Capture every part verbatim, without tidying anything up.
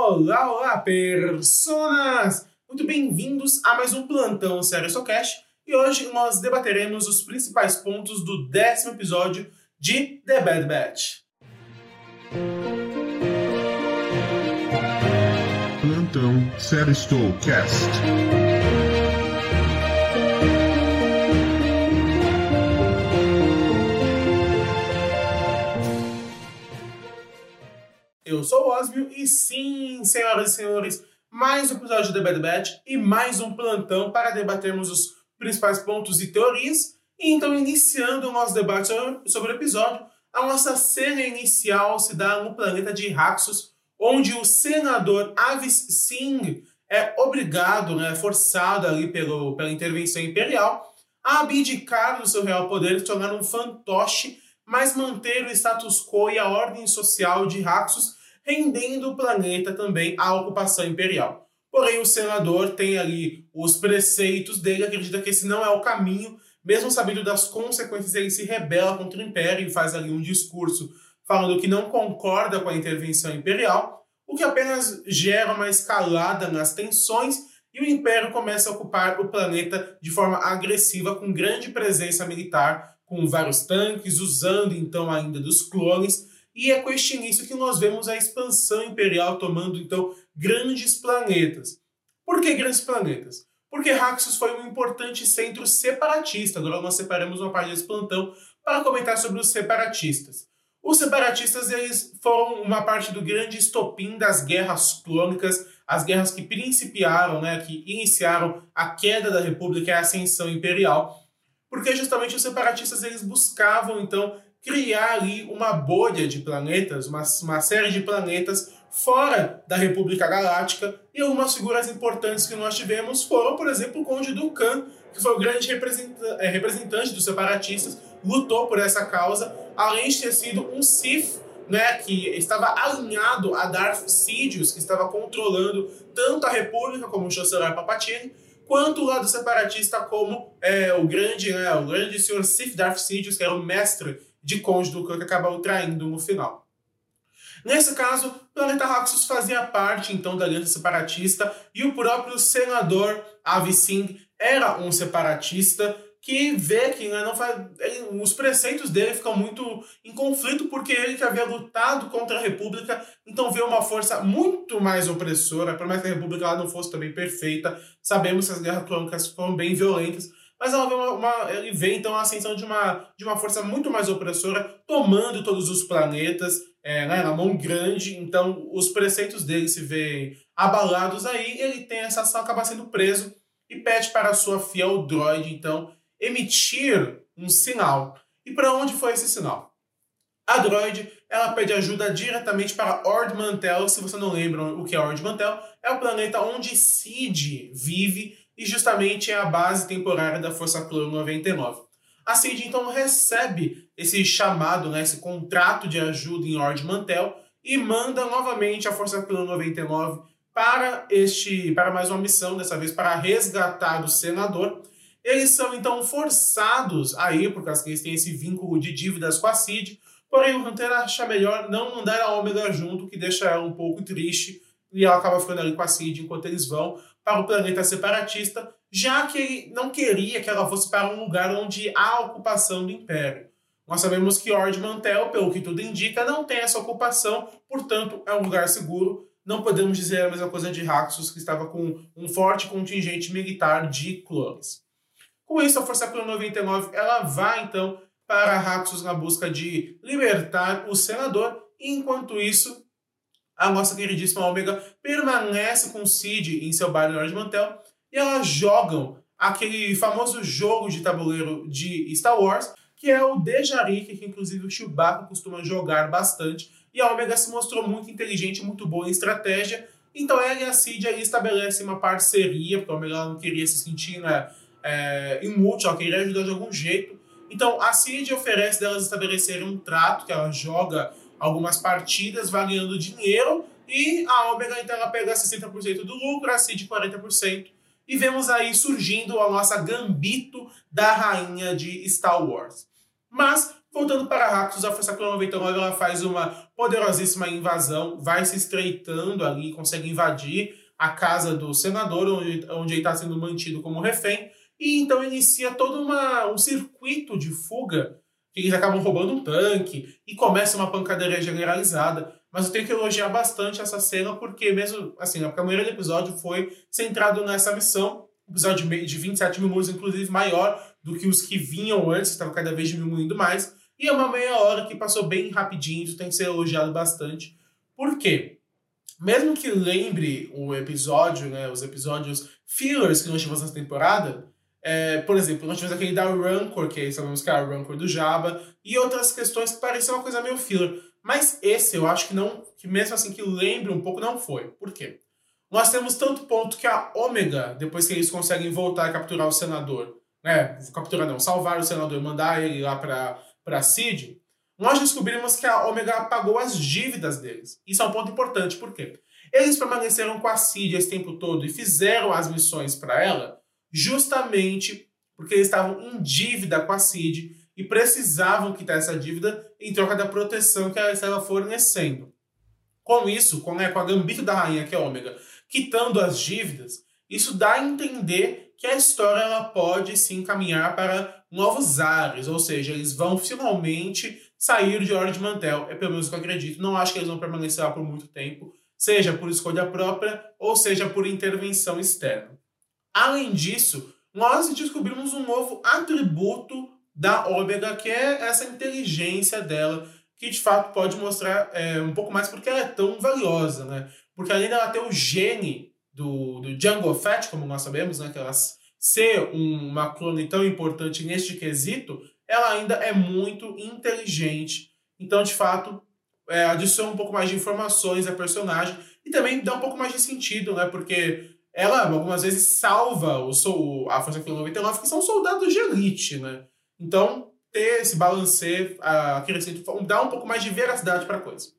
Olá, olá, personas! Muito bem-vindos a mais um Plantão Série Socast e hoje nós debateremos os principais pontos do décimo episódio de The Bad Batch. Plantão Série Socast. Eu sou o Osmio e sim, senhoras e senhores, mais um episódio de The Bad Batch e mais um plantão para debatermos os principais pontos e teorias. E então, iniciando o nosso debate sobre, sobre o episódio, a nossa cena inicial se dá no planeta de Raxus, onde o senador Avis Singh é obrigado, né, forçado ali pelo, pela intervenção imperial, a abdicar do seu real poder e se tornar um fantoche, mas manter o status quo e a ordem social de Raxus, rendendo o planeta também à ocupação imperial. Porém, o senador tem ali os preceitos dele, acredita que esse não é o caminho, mesmo sabendo das consequências, ele se rebela contra o Império e faz ali um discurso falando que não concorda com a intervenção imperial, o que apenas gera uma escalada nas tensões e o Império começa a ocupar o planeta de forma agressiva, com grande presença militar, com vários tanques, usando então ainda dos clones. E é com este início que nós vemos a expansão imperial tomando, então, grandes planetas. Por que grandes planetas? Porque Raxus foi um importante centro separatista. Agora nós separamos uma parte desse plantão para comentar sobre os separatistas. Os separatistas, eles foram uma parte do grande estopim das guerras clônicas, as guerras que principiaram, né, que iniciaram a queda da República e a ascensão imperial. Porque justamente os separatistas, eles buscavam, então, criar ali uma bolha de planetas, uma, uma série de planetas fora da República Galáctica, e algumas figuras importantes que nós tivemos foram, por exemplo, o Conde Dooku, que foi o grande representante, é, representante dos separatistas, lutou por essa causa, além de ter sido um Sith, né, que estava alinhado a Darth Sidious, que estava controlando tanto a República como o chanceler Palpatine, quanto o lado separatista como é, o grande, né, o grande senhor Sith Darth Sidious, que era o mestre de Conde Dooku, que acabou o traindo no final. Nesse caso, o planeta Raxus fazia parte, então, da aliança separatista, e o próprio senador Avis Singh era um separatista que vê que, né, não faz, ele, os preceitos dele ficam muito em conflito, porque ele que havia lutado contra a República, então vê uma força muito mais opressora, por mais que a República ela não fosse também perfeita. Sabemos que as guerras clônicas foram bem violentas, mas ela vê uma, uma, ele vê então a ascensão de uma, de uma força muito mais opressora, tomando todos os planetas, é, né, na mão grande. Então os preceitos dele se veem abalados aí, ele tem essa ação, acaba sendo preso e pede para a sua fiel droide, então, emitir um sinal. E para onde foi esse sinal? A droide, ela pede ajuda diretamente para Ord Mantell. Se você não lembra o que é Ord Mantell, é o planeta onde Cid vive e justamente é a base temporária da Força Clone noventa e nove. A Cid, então, recebe esse chamado, né, esse contrato de ajuda em Ord Mantell e manda novamente a Força Clone noventa e nove para, este, para mais uma missão, dessa vez para resgatar o senador. Eles são, então, forçados a ir, por causa que eles têm esse vínculo de dívidas com a Cid, porém o Hunter acha melhor não mandar a Omega junto, que deixa ela um pouco triste, e ela acaba ficando ali com a Cid enquanto eles vão para o planeta separatista, já que ele não queria que ela fosse para um lugar onde há ocupação do Império. Nós sabemos que Ord Mantell, pelo que tudo indica, não tem essa ocupação, portanto é um lugar seguro. Não podemos dizer a mesma coisa de Raxus, que estava com um forte contingente militar de clones. Com isso, a Força Clone noventa e nove ela vai, então, para Raxus na busca de libertar o senador, e enquanto isso, a nossa queridíssima Omega permanece com Cid em seu bar em Ord Mantell, e elas jogam aquele famoso jogo de tabuleiro de Star Wars, que é o Dejarik, que inclusive o Chewbacca costuma jogar bastante, e a Omega se mostrou muito inteligente, muito boa em estratégia, então ela e a Cid aí estabelecem uma parceria, porque a Omega não queria se sentir, né, é, inútil, ela queria ajudar de algum jeito. Então a Cid oferece delas estabelecerem um trato, que ela joga algumas partidas valendo dinheiro, e a Omega então ela pega sessenta por cento do lucro, a Cid quarenta por cento, e vemos aí surgindo a nossa Gambito da rainha de Star Wars. Mas, voltando para Raxus, a Força Clone noventa e nove ela faz uma poderosíssima invasão, vai se estreitando ali, consegue invadir a casa do senador, onde, onde ele está sendo mantido como refém, e então inicia todo uma, um circuito de fuga, que eles acabam roubando um tanque, e começa uma pancadaria generalizada. Mas eu tenho que elogiar bastante essa cena, porque mesmo, assim, a maioria do episódio foi centrado nessa missão, episódio de vinte e sete minutos, inclusive maior do que os que vinham antes, que estavam cada vez diminuindo mais, e é uma meia hora que passou bem rapidinho, isso tem que ser elogiado bastante. Por quê? Mesmo que lembre o episódio, né, os episódios fillers que nós tivemos nessa temporada, é, por exemplo, nós tivemos aquele da Rancor, que sabemos que é a Rancor do Jabba, e outras questões que pareciam uma coisa meio filler. Mas esse eu acho que não, que mesmo assim que lembre um pouco, não foi. Por quê? Nós temos tanto ponto que a Ômega, depois que eles conseguem voltar a capturar o senador, né, capturar não, salvar o senador e mandar ele lá para para Cid, nós descobrimos que a Ômega pagou as dívidas deles. Isso é um ponto importante, por quê? Eles permaneceram com a Cid esse tempo todo e fizeram as missões para ela justamente porque eles estavam em dívida com a Cid e precisavam quitar essa dívida em troca da proteção que ela estava fornecendo. Com isso, com, né, com a gambito da rainha, que é a Ômega, quitando as dívidas, isso dá a entender que a história ela pode se encaminhar para novos ares, ou seja, eles vão finalmente sair de Ordem de Mantel. É pelo menos o que eu acredito. Não acho que eles vão permanecer lá por muito tempo, seja por escolha própria ou seja por intervenção externa. Além disso, nós descobrimos um novo atributo da Ômega, que é essa inteligência dela, que de fato pode mostrar é, um pouco mais porque ela é tão valiosa, né? Porque além dela ter o gene do, do Jango Fett, como nós sabemos, né, que ela ser um, uma clone tão importante neste quesito, ela ainda é muito inteligente. Então, de fato, é, adiciona um pouco mais de informações à personagem e também dá um pouco mais de sentido, né? Porque ela, algumas vezes, salva o, o, a Força noventa e nove, que são soldados de elite, né? Então, ter esse balanceio, acrescento, dá um pouco mais de veracidade para a coisa.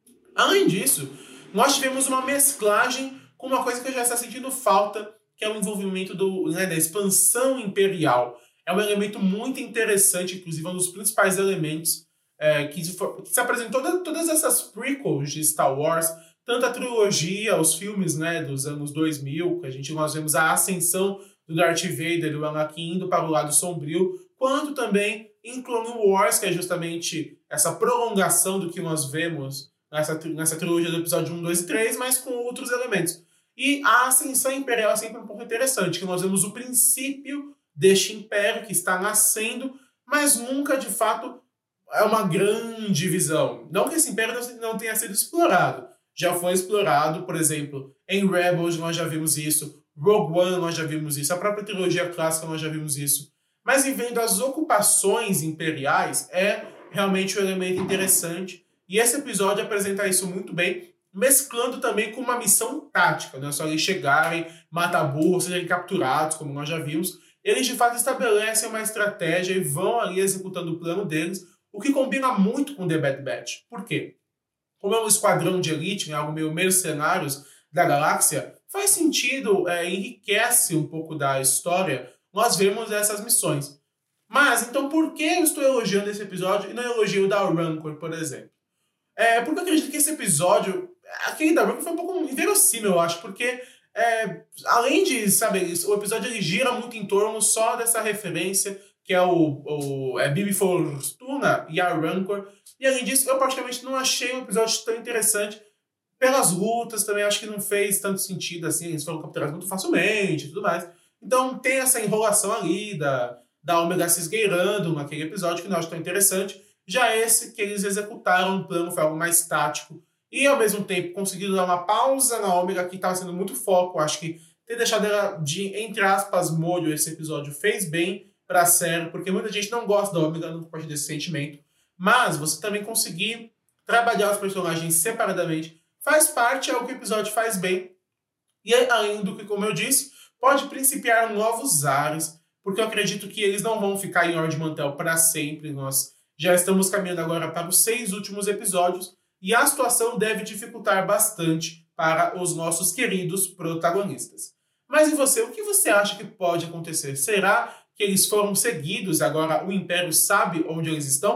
Além disso, nós tivemos uma mesclagem com uma coisa que eu já estou sentindo falta, que é o envolvimento do, né, da expansão imperial. É um elemento muito interessante, inclusive um dos principais elementos é, que, que se apresentou em todas essas prequels de Star Wars, tanto a trilogia, os filmes, né, dos anos dois mil, que a gente, nós vemos a ascensão do Darth Vader, do Anakin indo para o lado sombrio, quanto também em Clone Wars, que é justamente essa prolongação do que nós vemos nessa, nessa trilogia do episódio um, dois e três, mas com outros elementos. E a ascensão imperial é sempre um pouco interessante, que nós vemos o princípio deste império que está nascendo, mas nunca, de fato, é uma grande visão. Não que esse império não tenha sido explorado. Já foi explorado, por exemplo, em Rebels nós já vimos isso, Rogue One nós já vimos isso, a própria trilogia clássica nós já vimos isso. Mas em vendo as ocupações imperiais é realmente um elemento interessante. E esse episódio apresenta isso muito bem, mesclando também com uma missão tática. Não é só eles chegarem, matar burros, serem capturados, como nós já vimos. Eles, de fato, estabelecem uma estratégia e vão ali executando o plano deles, o que combina muito com The Bad Batch. Por quê? Como é um esquadrão de elite, né, algo meio mercenários da galáxia, faz sentido, é, enriquece um pouco da história, nós vemos essas missões. Mas, então, por que eu estou elogiando esse episódio e não elogio o da Rancor, por exemplo? É, porque eu acredito que esse episódio, aquele da Rancor foi um pouco inverossímil, eu acho, porque é, além de, sabe, o episódio ele gira muito em torno só dessa referência, que é o, o é Bibi Fortuna e a Rancor. E além disso, eu praticamente não achei um episódio tão interessante. Pelas lutas também acho que não fez tanto sentido assim, eles foram capturados muito facilmente e tudo mais. Então tem essa enrolação ali da, da Ômega se esgueirando naquele episódio que não acho tão interessante. Já esse que eles executaram um plano foi algo mais tático e ao mesmo tempo conseguiram dar uma pausa na Ômega que estava sendo muito foco. Acho que ter deixado ela de, entre aspas, molho esse episódio fez bem pra série, porque muita gente não gosta da Ômega, não pode desse sentimento. Mas você também conseguir trabalhar os personagens separadamente faz parte, é o que o episódio faz bem. E além do que, como eu disse, pode principiar novos ares, porque eu acredito que eles não vão ficar em Ordem de Mantel para sempre. Nós já estamos caminhando agora para os seis últimos episódios e a situação deve dificultar bastante para os nossos queridos protagonistas. Mas e você? O que você acha que pode acontecer? Será que eles foram seguidos, agora o Império sabe onde eles estão?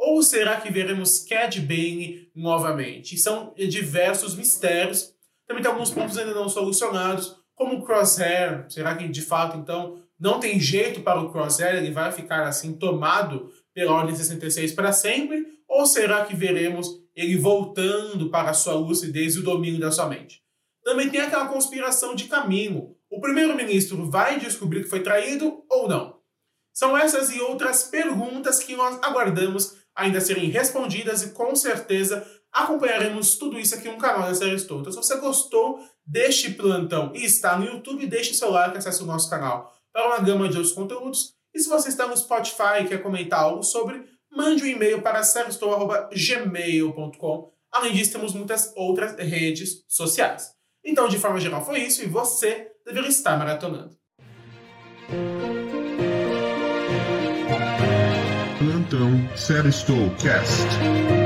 Ou será que veremos Cad Bane novamente? E são diversos mistérios. Também tem alguns pontos ainda não solucionados, como o Crosshair. Será que de fato então não tem jeito para o Crosshair? Ele vai ficar assim tomado pela Ordem sessenta e seis para sempre? Ou será que veremos ele voltando para a sua lucidez e o domínio da sua mente? Também tem aquela conspiração de caminho. O primeiro-ministro vai descobrir que foi traído ou não? São essas e outras perguntas que nós aguardamos ainda serem respondidas e com certeza acompanharemos tudo isso aqui no canal da Série Estou. Então, se você gostou deste plantão e está no YouTube, deixe seu like e acesse o nosso canal para uma gama de outros conteúdos. E se você está no Spotify e quer comentar algo sobre, mande um e-mail para seriestou arroba gmail ponto com. Além disso, temos muitas outras redes sociais. Então, de forma geral, foi isso e você deveria estar maratonando. Plantão Série Estou Cast.